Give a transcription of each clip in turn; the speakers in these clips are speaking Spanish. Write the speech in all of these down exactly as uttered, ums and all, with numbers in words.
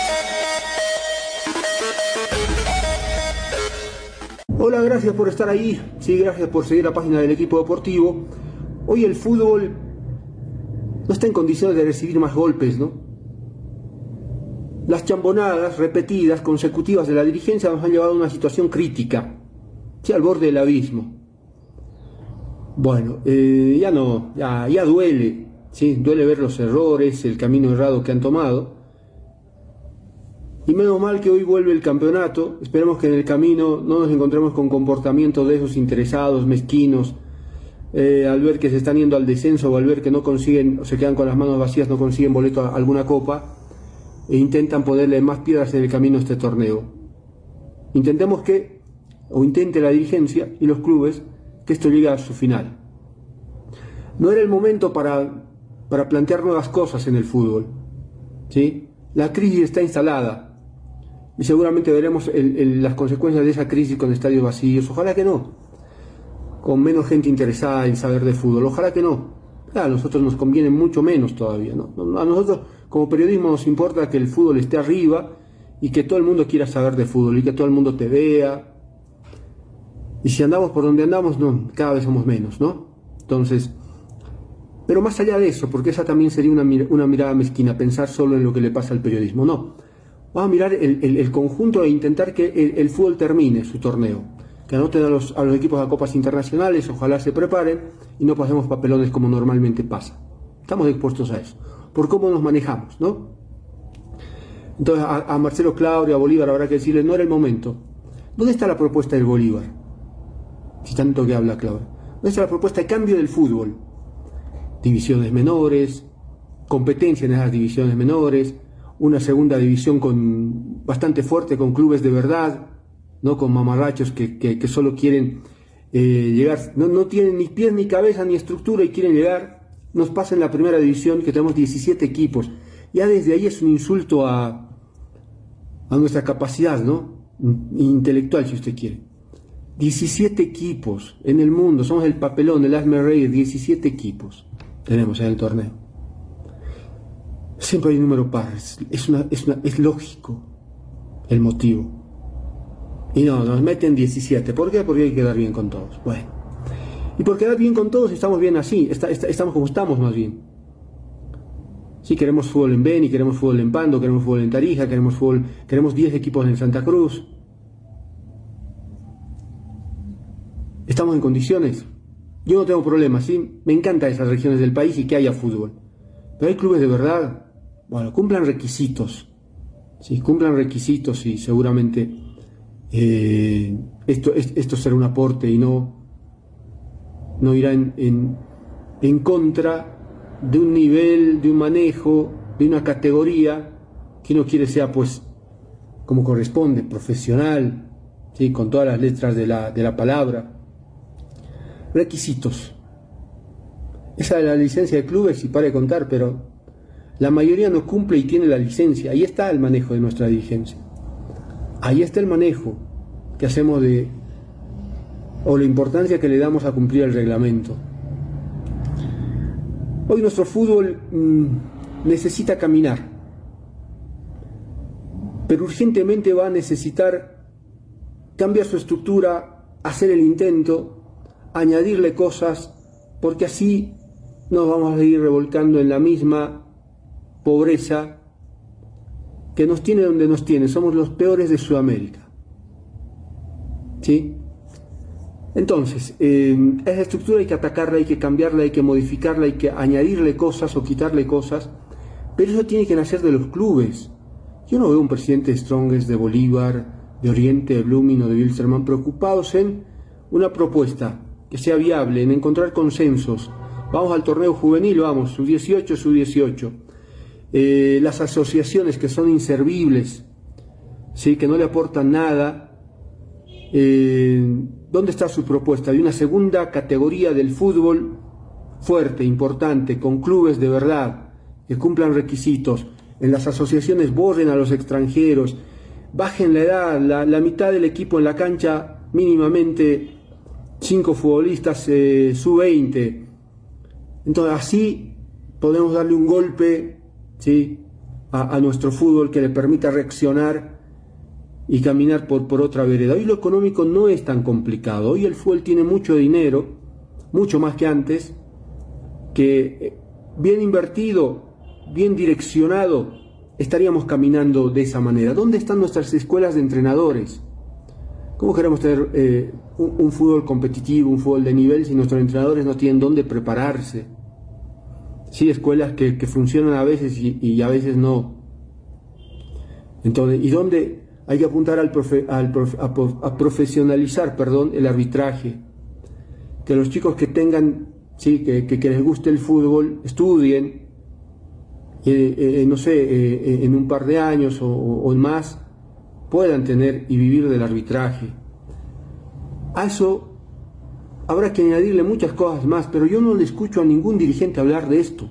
Hola, gracias por estar ahí, sí, gracias por seguir la página del equipo deportivo. Hoy el fútbol no está en condiciones de recibir más golpes, ¿no? Las chambonadas repetidas, consecutivas de la dirigencia nos han llevado a una situación crítica, sí, al borde del abismo. Bueno, eh, ya no, ya, ya duele, sí, duele ver los errores, el camino errado que han tomado. Y menos mal que hoy vuelve el campeonato. Esperemos que en el camino no nos encontremos con comportamientos de esos interesados, mezquinos, eh, al ver que se están yendo al descenso o al ver que no consiguen, o se quedan con las manos vacías, no consiguen boleto a alguna copa e intentan ponerle más piedras en el camino a este torneo. Intentemos que, o intente la dirigencia y los clubes, que esto llegue a su final. No era el momento para, para plantear nuevas cosas en el fútbol, ¿sí? La crisis está instalada. Y seguramente veremos el, el, las consecuencias de esa crisis con estadios vacíos. Ojalá que no. Con menos gente interesada en saber de fútbol. Ojalá que no. A nosotros nos conviene mucho menos todavía, ¿no? A nosotros como periodismo nos importa que el fútbol esté arriba y que todo el mundo quiera saber de fútbol y que todo el mundo te vea. Y si andamos por donde andamos, no, cada vez somos menos, ¿no? Entonces, pero más allá de eso, porque esa también sería una, una mirada mezquina, pensar solo en lo que le pasa al periodismo. No. Vamos a mirar el, el, el conjunto e intentar que el, el fútbol termine su torneo, que anoten a los, a los equipos a copas internacionales, ojalá se preparen y no pasemos papelones como normalmente pasa. Estamos dispuestos a eso, por cómo nos manejamos, ¿no? Entonces a, a Marcelo Claudio, a Bolívar habrá que decirle, no era el momento. ¿Dónde está la propuesta del Bolívar? Si tanto que habla Claudio. ¿Dónde está la propuesta de cambio del fútbol? Divisiones menores, competencia en esas divisiones menores, una segunda división con, bastante fuerte, con clubes de verdad, no con mamarrachos que, que, que solo quieren eh, llegar, no, no tienen ni pies ni cabeza ni estructura y quieren llegar. Nos pasa en la primera división que tenemos diecisiete equipos, ya desde ahí es un insulto a, a nuestra capacidad, ¿no? Intelectual, si usted quiere. diecisiete equipos en el mundo, somos el papelón, el hazme reír, diecisiete equipos tenemos en el torneo. Siempre hay un número par, es, una, es, una, es lógico el motivo. Y no, nos meten diecisiete. ¿Por qué? Porque hay que quedar bien con todos. Bueno, y por quedar bien con todos estamos bien así, está, está, estamos como estamos más bien. Sí, queremos fútbol en Beni, queremos fútbol en Pando, queremos fútbol en Tarija, queremos fútbol, queremos diez equipos en Santa Cruz. ¿Estamos en condiciones? Yo no tengo problemas, ¿sí? Me encantan esas regiones del país y que haya fútbol. Pero hay clubes de verdad. Bueno, cumplan requisitos, sí, cumplan requisitos y seguramente eh, esto, esto será un aporte y no, no irá en, en, en contra de un nivel, de un manejo, de una categoría que uno quiere sea, pues, como corresponde, profesional, ¿sí? Con todas las letras de la, de la palabra. Requisitos. Esa es la licencia de clubes y para de contar, pero la mayoría no cumple y tiene la licencia. Ahí está el manejo de nuestra dirigencia. Ahí está el manejo que hacemos de, o la importancia que le damos a cumplir el reglamento. Hoy nuestro fútbol mmm, necesita caminar, pero urgentemente va a necesitar cambiar su estructura, hacer el intento, añadirle cosas, porque así nos vamos a ir revolcando en la misma pobreza que nos tiene donde nos tiene. Somos los peores de Sudamérica, ¿sí? Entonces, eh, esa estructura hay que atacarla, hay que cambiarla, hay que modificarla, hay que añadirle cosas o quitarle cosas, pero eso tiene que nacer de los clubes. Yo no veo un presidente de Strongest, de Bolívar, de Oriente, de Blooming o de Wilstermann preocupados en una propuesta que sea viable, en encontrar consensos. Vamos al torneo juvenil, vamos, sub dieciocho, sub dieciocho. Eh, las asociaciones que son inservibles, ¿sí? Que no le aportan nada. Eh, ¿Dónde está su propuesta? De una segunda categoría del fútbol fuerte, importante, con clubes de verdad, que cumplan requisitos. En las asociaciones borren a los extranjeros, bajen la edad, la, la mitad del equipo en la cancha, mínimamente cinco futbolistas eh, sub veinte. Entonces así podemos darle un golpe, ¿sí? a, a nuestro fútbol, que le permita reaccionar y caminar por, por otra vereda. Hoy lo económico no es tan complicado. Hoy el fútbol tiene mucho dinero, mucho más que antes, que bien invertido, bien direccionado, estaríamos caminando de esa manera. ¿Dónde están nuestras escuelas de entrenadores? ¿Cómo queremos tener eh, un, un fútbol competitivo, un fútbol de nivel, si nuestros entrenadores no tienen dónde prepararse? Sí, escuelas que, que funcionan a veces y, y a veces no. Entonces, ¿y dónde hay que apuntar al profe, al profe, a, a profesionalizar, perdón, el arbitraje? Que los chicos que tengan, sí, que, que, que les guste el fútbol, estudien, eh, eh, no sé, eh, en un par de años o, o en más, puedan tener y vivir del arbitraje. A eso habrá que añadirle muchas cosas más, pero yo no le escucho a ningún dirigente hablar de esto.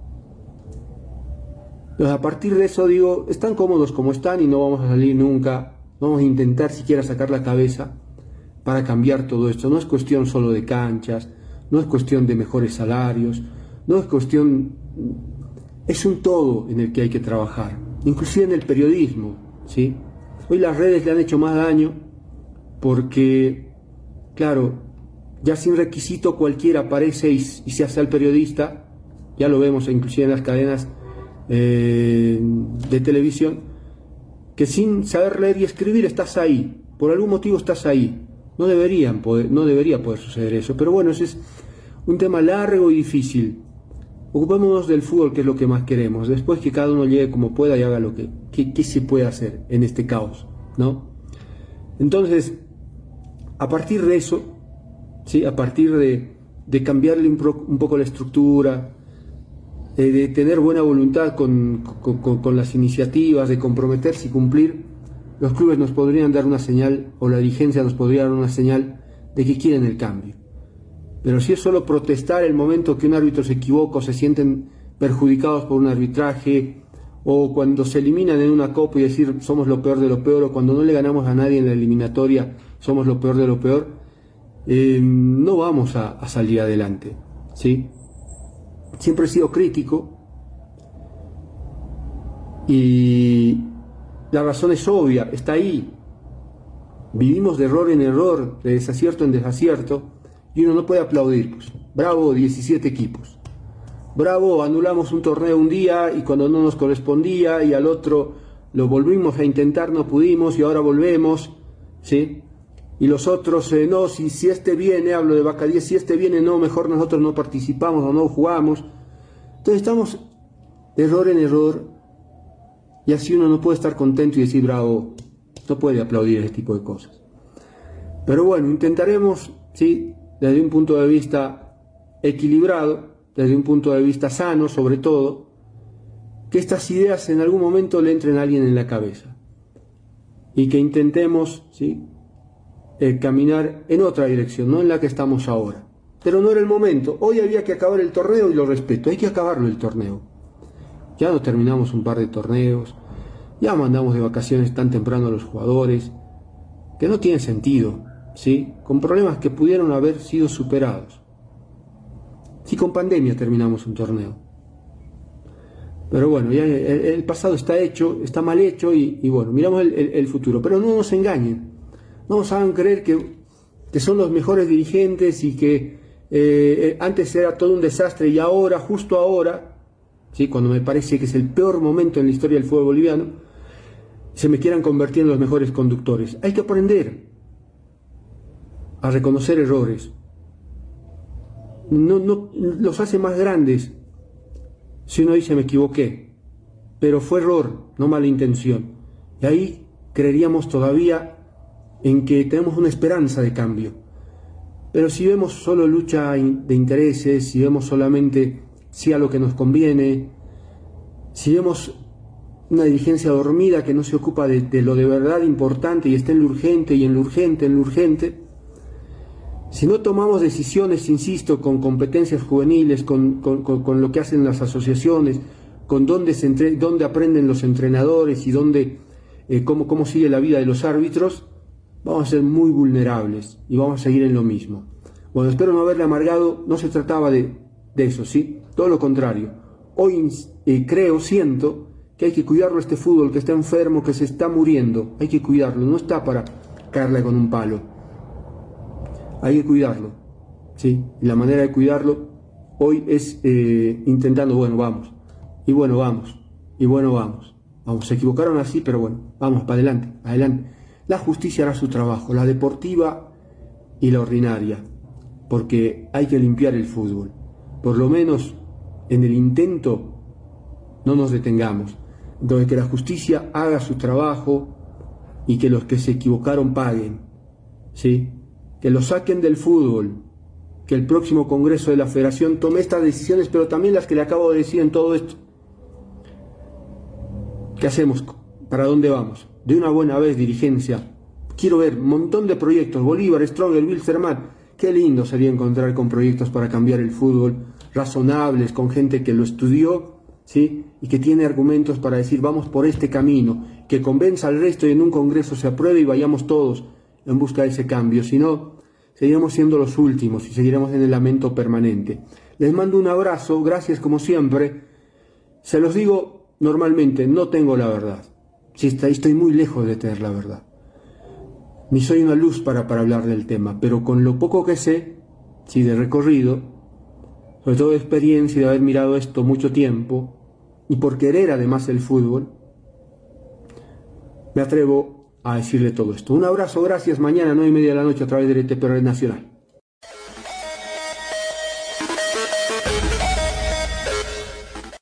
Entonces, a partir de eso digo, están cómodos como están y no vamos a salir nunca, no vamos a intentar siquiera sacar la cabeza para cambiar todo esto. No es cuestión solo de canchas, no es cuestión de mejores salarios, no es cuestión, es un todo en el que hay que trabajar, inclusive en el periodismo, ¿sí? Hoy las redes le han hecho más daño porque, claro, ya sin requisito cualquiera aparece y, y se hace al periodista, ya lo vemos inclusive en las cadenas eh, de televisión, que sin saber leer y escribir estás ahí, por algún motivo estás ahí. No deberían poder, no debería poder suceder eso, pero bueno, ese es un tema largo y difícil. Ocupémonos del fútbol, que es lo que más queremos. Después que cada uno llegue como pueda y haga lo que, que, que se puede hacer en este caos, ¿no? Entonces, a partir de eso, ¿sí? A partir de, de cambiarle un, pro, un poco la estructura, de, de tener buena voluntad con, con, con, con las iniciativas, de comprometerse y cumplir, los clubes nos podrían dar una señal, o la dirigencia nos podría dar una señal de que quieren el cambio. Pero si es solo protestar el momento que un árbitro se equivoca o se sienten perjudicados por un arbitraje, o cuando se eliminan en una copa y decir somos lo peor de lo peor, o cuando no le ganamos a nadie en la eliminatoria somos lo peor de lo peor, eh, no vamos a, a salir adelante, ¿sí? Siempre he sido crítico y la razón es obvia, está ahí. Vivimos de error en error, de desacierto en desacierto, y uno no puede aplaudir, pues. Bravo, diecisiete equipos. Bravo, anulamos un torneo un día y cuando no nos correspondía, y al otro lo volvimos a intentar, no pudimos y ahora volvemos, ¿sí? Y los otros, eh, no, si, si este viene, hablo de Vaca diez, si este viene, no, mejor nosotros no participamos o no jugamos. Entonces estamos de error en error, y así uno no puede estar contento y decir bravo, no puede aplaudir ese tipo de cosas. Pero bueno, intentaremos, ¿sí?, desde un punto de vista equilibrado, desde un punto de vista sano sobre todo, que estas ideas en algún momento le entren a alguien en la cabeza y que intentemos, ¿sí?, eh, caminar en otra dirección, no en la que estamos ahora. Pero no era el momento. Hoy había que acabar el torneo y lo respeto, hay que acabarlo el torneo. Ya no terminamos un par de torneos, ya mandamos de vacaciones tan temprano a los jugadores, que no tiene sentido, ¿sí?, con problemas que pudieron haber sido superados. Si con pandemia terminamos un torneo. Pero bueno, ya el, el pasado está hecho, está mal hecho y, y bueno, miramos el, el, el futuro. Pero no nos engañen, no nos hagan creer que, que son los mejores dirigentes y que eh, antes era todo un desastre y ahora, justo ahora, ¿sí?, cuando me parece que es el peor momento en la historia del fútbol boliviano, se me quieran convertir en los mejores conductores. Hay que aprender a reconocer errores. No, no los hace más grandes si uno dice me equivoqué, pero fue error, no mala intención. Y ahí creeríamos todavía en que tenemos una esperanza de cambio. Pero si vemos solo lucha de intereses, si vemos solamente sí a lo que nos conviene, si vemos una dirigencia dormida que no se ocupa de, de lo de verdad importante y está en lo urgente y en lo urgente, en lo urgente, si no tomamos decisiones, insisto, con competencias juveniles, con, con, con, con lo que hacen las asociaciones, con dónde, se entre, dónde aprenden los entrenadores y dónde, eh, cómo, cómo sigue la vida de los árbitros, vamos a ser muy vulnerables y vamos a seguir en lo mismo. Bueno, espero no haberle amargado, no se trataba de, de eso, ¿sí? Todo lo contrario. Hoy eh, creo, siento que hay que cuidarlo este fútbol, que está enfermo, que se está muriendo, hay que cuidarlo, no está para caerle con un palo, hay que cuidarlo, ¿sí? Y la manera de cuidarlo hoy es eh, intentando, bueno, vamos, y bueno, vamos, y bueno, vamos, vamos, se equivocaron así, pero bueno, vamos, para adelante, adelante. La justicia hará su trabajo, la deportiva y la ordinaria, porque hay que limpiar el fútbol, por lo menos en el intento no nos detengamos. Entonces, que la justicia haga su trabajo y que los que se equivocaron paguen, ¿sí? Que lo saquen del fútbol, que el próximo Congreso de la Federación tome estas decisiones, pero también las que le acabo de decir en todo esto. ¿Qué hacemos? ¿Para dónde vamos? De una buena vez, dirigencia. Quiero ver un montón de proyectos, Bolívar, Stronger, Wilstermann. Qué lindo sería encontrar con proyectos para cambiar el fútbol, razonables, con gente que lo estudió, ¿sí? Y que tiene argumentos para decir, vamos por este camino, que convenza al resto y en un congreso se apruebe y vayamos todos en busca de ese cambio. Si no, seguiremos siendo los últimos y seguiremos en el lamento permanente. Les mando un abrazo, gracias como siempre. Se los digo normalmente, no tengo la verdad. Sí, estoy muy lejos de tener la verdad. Ni soy una luz para, para hablar del tema, pero con lo poco que sé, sí, de recorrido, sobre todo de experiencia y de haber mirado esto mucho tiempo, y por querer además el fútbol, me atrevo a decirle todo esto. Un abrazo, gracias. Mañana, nueve y media de la noche, a través del E T P Red Nacional.